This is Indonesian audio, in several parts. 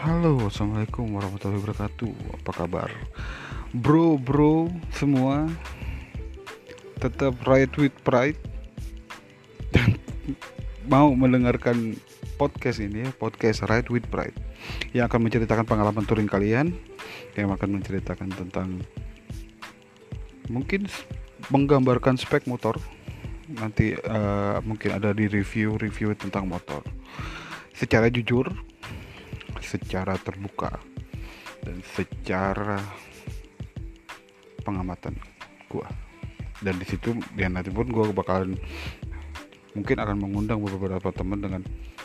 Halo, assalamualaikum warahmatullahi wabarakatuh. Apa kabar, bro semua? Tetap Ride with Pride dan mau mendengarkan podcast ini, podcast Ride with Pride, yang akan menceritakan pengalaman touring kalian, yang akan menceritakan tentang mungkin menggambarkan spek motor. Nanti mungkin ada di review tentang motor secara jujur, secara terbuka, dan secara pengamatan gua. Dan di situ ya nanti pun gua bakalan mungkin akan mengundang beberapa teman dengan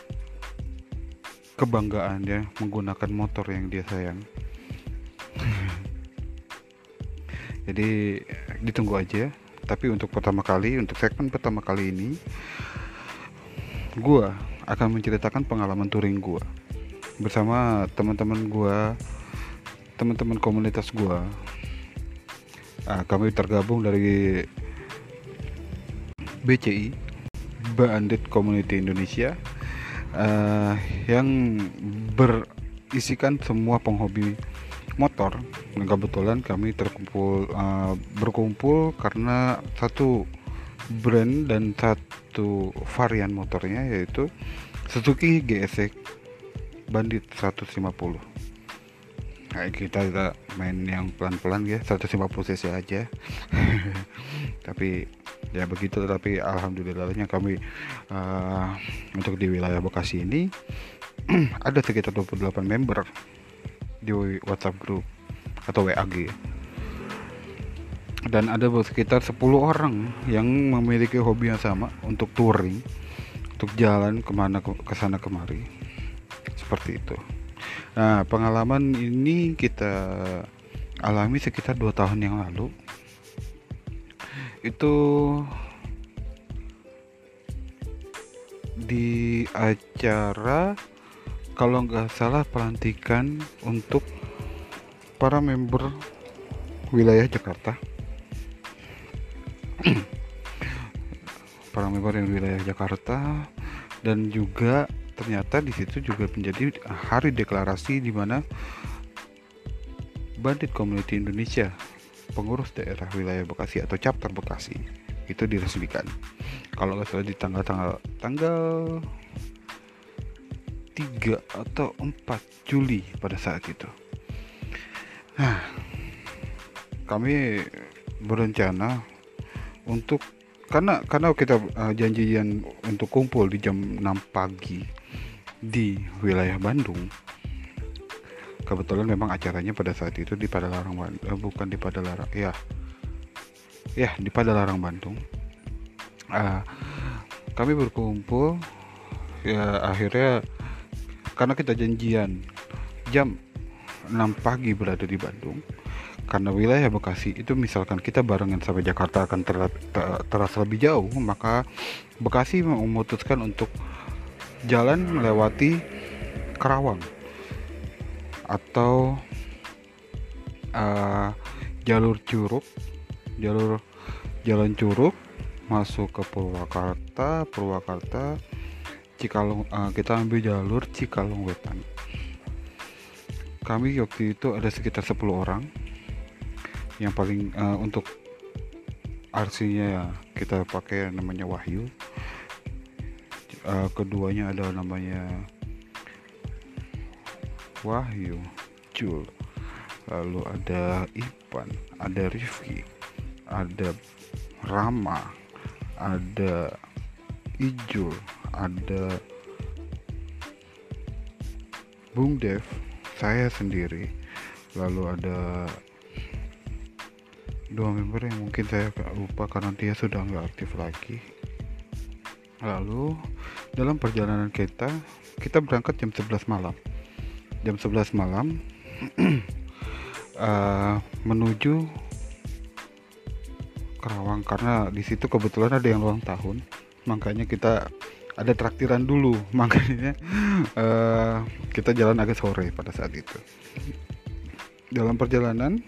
kebanggaannya menggunakan motor yang dia sayang. Jadi ditunggu aja. Tapi untuk segmen pertama kali ini, gua akan menceritakan pengalaman touring gua bersama teman-teman komunitas gua. Kami tergabung dari BCI, Bandit Community Indonesia, yang berisikan semua penghobi motor. Dan kebetulan kami berkumpul karena satu brand dan satu varian motornya, yaitu Suzuki GSX Bandit 150. Nah, kita main yang pelan-pelan ya, 150 cc aja. Tapi ya begitu. Tapi alhamdulillahnya kami untuk di wilayah Bekasi ini ada sekitar 28 member di WhatsApp group atau WAG, dan ada sekitar 10 orang yang memiliki hobi yang sama untuk touring, untuk jalan ke sana kemari, seperti itu. Nah, pengalaman ini kita alami sekitar 2 tahun yang lalu. Itu di acara, kalau nggak salah, pelantikan untuk para member wilayah Jakarta. Para member yang wilayah Jakarta, dan juga ternyata di situ juga menjadi hari deklarasi di mana Bandit Community Indonesia, pengurus daerah wilayah Bekasi atau chapter Bekasi, itu diresmikan. Kalau nggak salah di tanggal 3 atau 4 Juli pada saat itu. Nah, kami berencana untuk karena kita janjian untuk kumpul di jam 6 pagi di wilayah Bandung. Kebetulan memang acaranya pada saat itu di Padalarang bukan di Padalarang ya di Padalarang Bandung. Kami berkumpul ya, akhirnya karena kita janjian jam 6 pagi berada di Bandung, karena wilayah Bekasi itu misalkan kita barengan sampai Jakarta akan terasa lebih jauh, maka Bekasi memutuskan untuk jalan melewati Karawang atau jalur jalan Curug masuk ke Purwakarta, Cikalong. Kita ambil jalur Cikalong Wetan. Kami waktu itu ada sekitar 10 orang. Yang paling untuk RC-nya ya kita pakai namanya Wahyu. Keduanya ada namanya Wahyu, Jul, lalu ada Ipan, ada Rifki, ada Rama, ada Ijul, ada Bung Dev, saya sendiri, lalu ada 2 member yang mungkin saya lupa karena dia sudah nggak aktif lagi. Lalu dalam perjalanan kita berangkat jam 11 malam menuju Karawang, karena di situ kebetulan ada yang ulang tahun, makanya kita ada traktiran dulu. Makanya kita jalan agak sore pada saat itu. Dalam perjalanan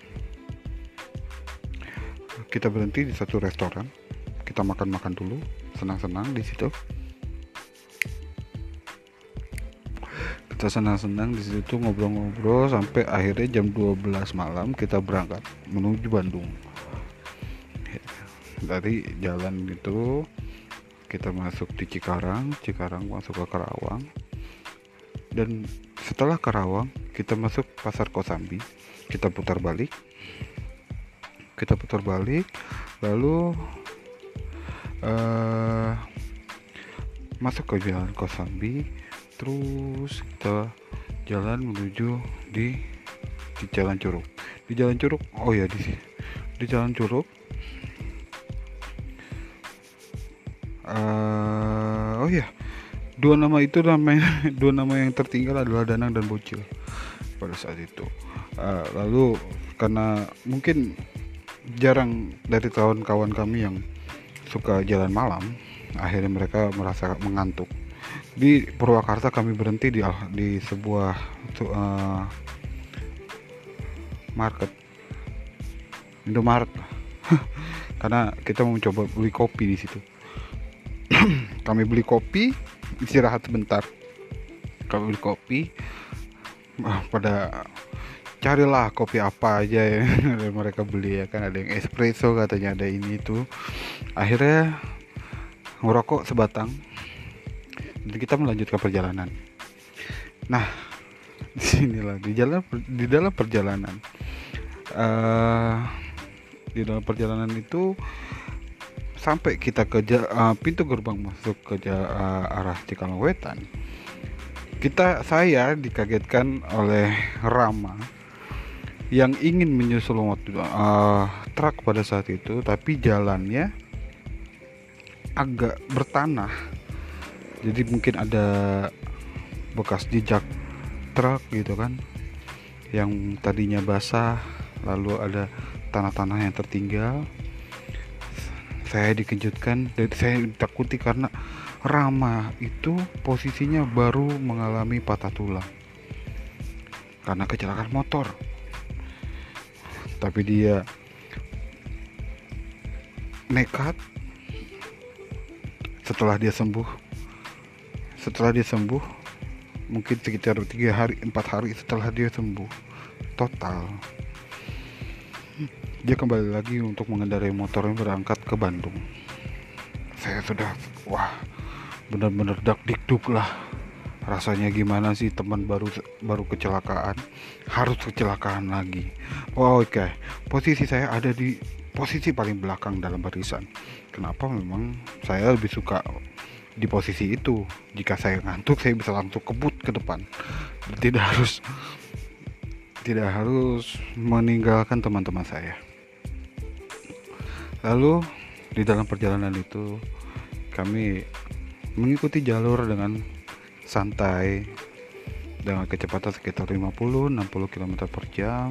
kita berhenti di satu restoran, kita makan dulu, senang-senang di situ. Kita senang-senang di situ, ngobrol-ngobrol sampai akhirnya jam 12 malam kita berangkat menuju Bandung. Dari jalan itu kita masuk di Cikarang masuk ke Karawang, dan setelah Karawang kita masuk Pasar Kosambi. Kita putar balik lalu masuk ke jalan Kosambi, terus kita jalan menuju di Jalan Curug. Di Jalan Curug, di Jalan Curug, dua nama dua nama yang tertinggal adalah Danang dan Bocil pada saat itu. Lalu karena mungkin jarang dari kawan-kawan kami yang suka jalan malam, akhirnya mereka merasa mengantuk. Di Purwakarta kami berhenti di sebuah market, Indomaret, karena kita mau mencoba beli kopi di situ. Kami beli kopi, istirahat sebentar. Kami beli kopi, pada carilah kopi apa aja yang mereka beli, ya kan, ada yang espresso katanya, ada ini itu. Akhirnya ngerokok sebatang dan kita melanjutkan perjalanan. Nah, disinilah di dalam perjalanan itu sampai kita ke pintu gerbang masuk ke arah Cikalongwetan. Saya dikagetkan oleh Rama yang ingin menyusul truk pada saat itu, tapi jalannya agak bertanah, jadi mungkin ada bekas jejak truk gitu kan, yang tadinya basah, lalu ada tanah-tanah yang tertinggal. Saya dikejutkan dan saya ditakuti karena Rama itu posisinya baru mengalami patah tulang karena kecelakaan motor, tapi dia nekat. Setelah dia sembuh mungkin sekitar 4 hari setelah dia sembuh total, dia kembali lagi untuk mengendarai motornya berangkat ke Bandung. Saya sudah benar-benar dakdikduk lah, rasanya gimana sih, teman baru kecelakaan, harus kecelakaan lagi. Oke. Posisi saya ada di posisi paling belakang dalam barisan. Kenapa? Memang saya lebih suka di posisi itu. Jika saya ngantuk, saya bisa langsung kebut ke depan, tidak harus meninggalkan teman-teman saya. Lalu di dalam perjalanan itu kami mengikuti jalur dengan santai dengan kecepatan sekitar 50-60 km per jam.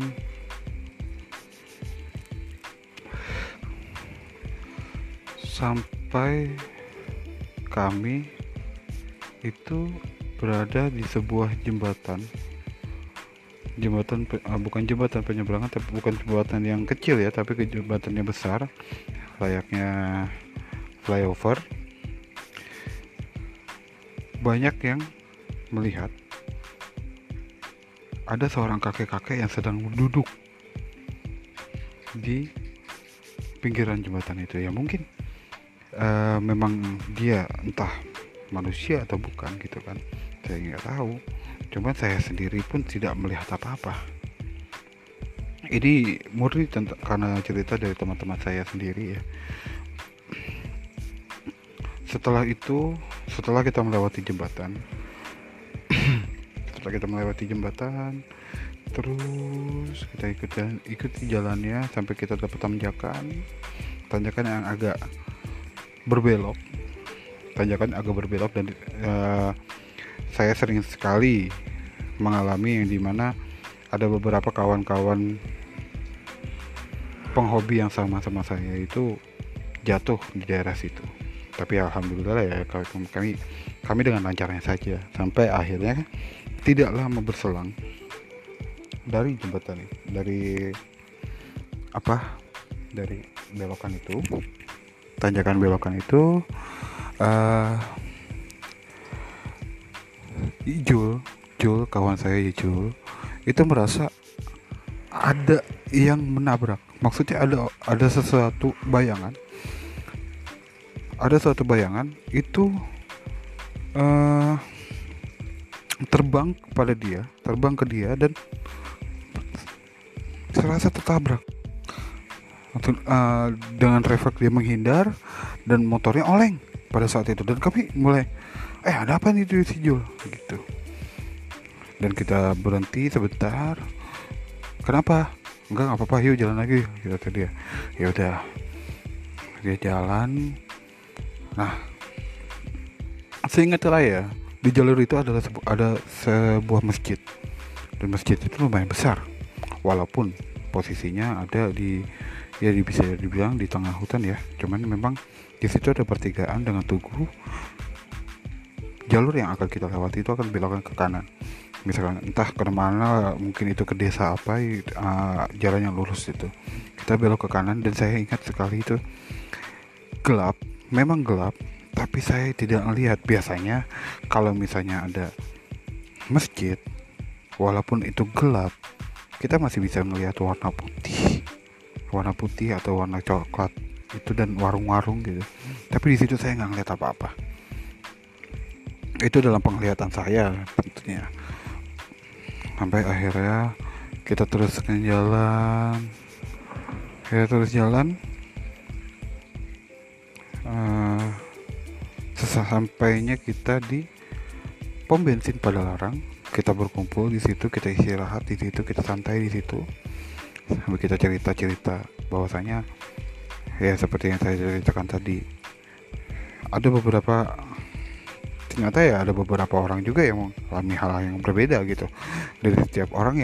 Sampai kami itu berada di sebuah jembatan bukan jembatan penyeberangan, tapi bukan jembatan yang kecil ya, tapi jembatannya besar layaknya flyover. Banyak yang melihat ada seorang kakek-kakek yang sedang duduk di pinggiran jembatan itu. Ya mungkin memang dia entah manusia atau bukan gitu kan, saya nggak tahu. Cuman saya sendiri pun tidak melihat apa-apa. Ini murni karena cerita dari teman-teman saya sendiri ya. Setelah kita melewati jembatan terus kita ikuti jalannya sampai kita dapat tanjakan yang agak berbelok. Dan saya sering sekali mengalami yang dimana ada beberapa kawan-kawan penghobi yang sama saya itu jatuh di daerah situ. Tapi alhamdulillah ya, kami dengan lancarnya saja sampai akhirnya tidak lama berselang dari jembatan itu, dari belokan itu, tanjakan belokan itu, Ijul Jul, kawan saya Jul, itu merasa ada yang menabrak. Maksudnya ada suatu bayangan itu eh, terbang ke dia dan serasa tertabrak. Dengan refleks dia menghindar dan motornya oleng pada saat itu, dan kami mulai ada apa nih si Jul gitu, dan kita berhenti sebentar. Kenapa? Enggak apa-apa, yuk jalan lagi kata dia. Ya udah, dia jalan. Nah, seingat saya di jalur itu ada sebuah masjid, dan masjid itu lumayan besar, walaupun posisinya ada bisa dibilang di tengah hutan ya. Cuman memang di situ ada pertigaan dengan tugu. Jalur yang akan kita lewati itu akan belokkan ke kanan, misalkan entah kemana, mungkin itu ke desa apa, jalan yang lurus itu. Kita belok ke kanan, dan saya ingat sekali itu gelap, memang gelap, tapi saya tidak melihat. Biasanya kalau misalnya ada masjid, walaupun itu gelap, kita masih bisa melihat warna putih atau warna coklat itu, dan warung-warung gitu. Tapi di situ saya nggak ngeliat apa-apa. Itu dalam penglihatan saya tentunya. Sampai akhirnya kita teruskan jalan. Sesampainya kita di pom bensin Padalarang, kita berkumpul di situ, kita istirahat di situ, kita santai di situ. Sampai kita cerita bahwasanya ya seperti yang saya ceritakan tadi, ternyata ada beberapa orang juga yang mengalami hal yang berbeda gitu. Dari setiap orang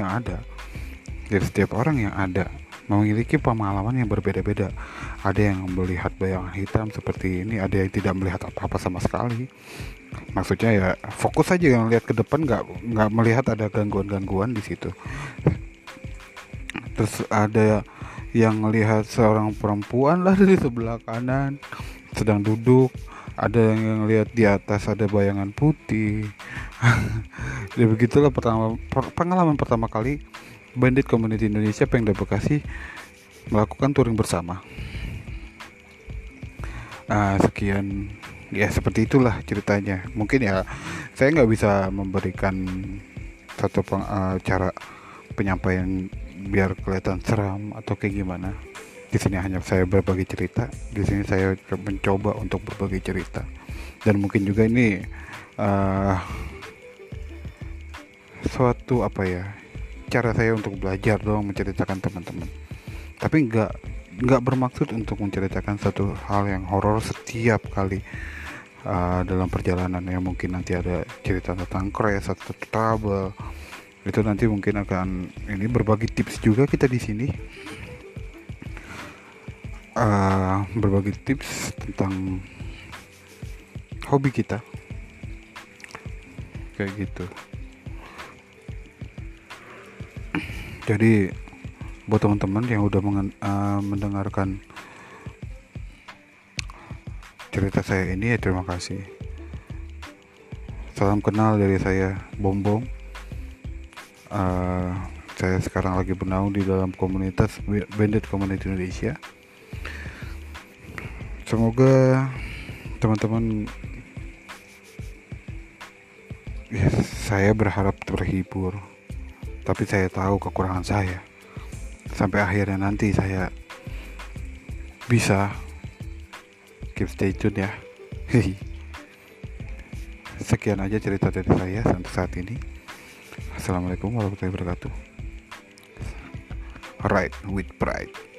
yang ada memiliki pengalaman yang berbeda-beda. Ada yang melihat bayangan hitam seperti ini, ada yang tidak melihat apa-apa sama sekali. Maksudnya ya fokus aja yang lihat ke depan, nggak melihat ada gangguan-gangguan di situ. Terus ada yang melihat seorang perempuan lah dari sebelah kanan sedang duduk. Ada yang lihat di atas ada bayangan putih. Jadi begitulah pengalaman pertama kali Bandit Community Indonesia Pemda Bekasi melakukan touring bersama. Sekian ya, seperti itulah ceritanya. Mungkin ya saya nggak bisa memberikan satu cara penyampaian biar kelihatan seram atau kayak gimana. Di sini hanya saya berbagi cerita. Di sini saya mencoba untuk berbagi cerita, dan mungkin juga ini suatu cara saya untuk belajar dong, menceritakan teman-teman. Tapi nggak bermaksud untuk menceritakan satu hal yang horor setiap kali dalam perjalanan. Ya mungkin nanti ada cerita tentang crash atau trouble, itu nanti mungkin akan ini berbagi tips juga kita di sini. Berbagi tips tentang hobi kita kayak gitu. Jadi buat teman-teman yang udah mendengarkan cerita saya ini, ya terima kasih. Salam kenal dari saya, Bom. Saya sekarang lagi bernaung di dalam komunitas Bandit Community Indonesia. Semoga teman-teman, ya, saya berharap terhibur, tapi saya tahu kekurangan saya. Sampai akhirnya nanti saya bisa keep stay tune ya. Sekian aja cerita dari saya untuk saat ini. Assalamualaikum warahmatullahi wabarakatuh. Right with pride.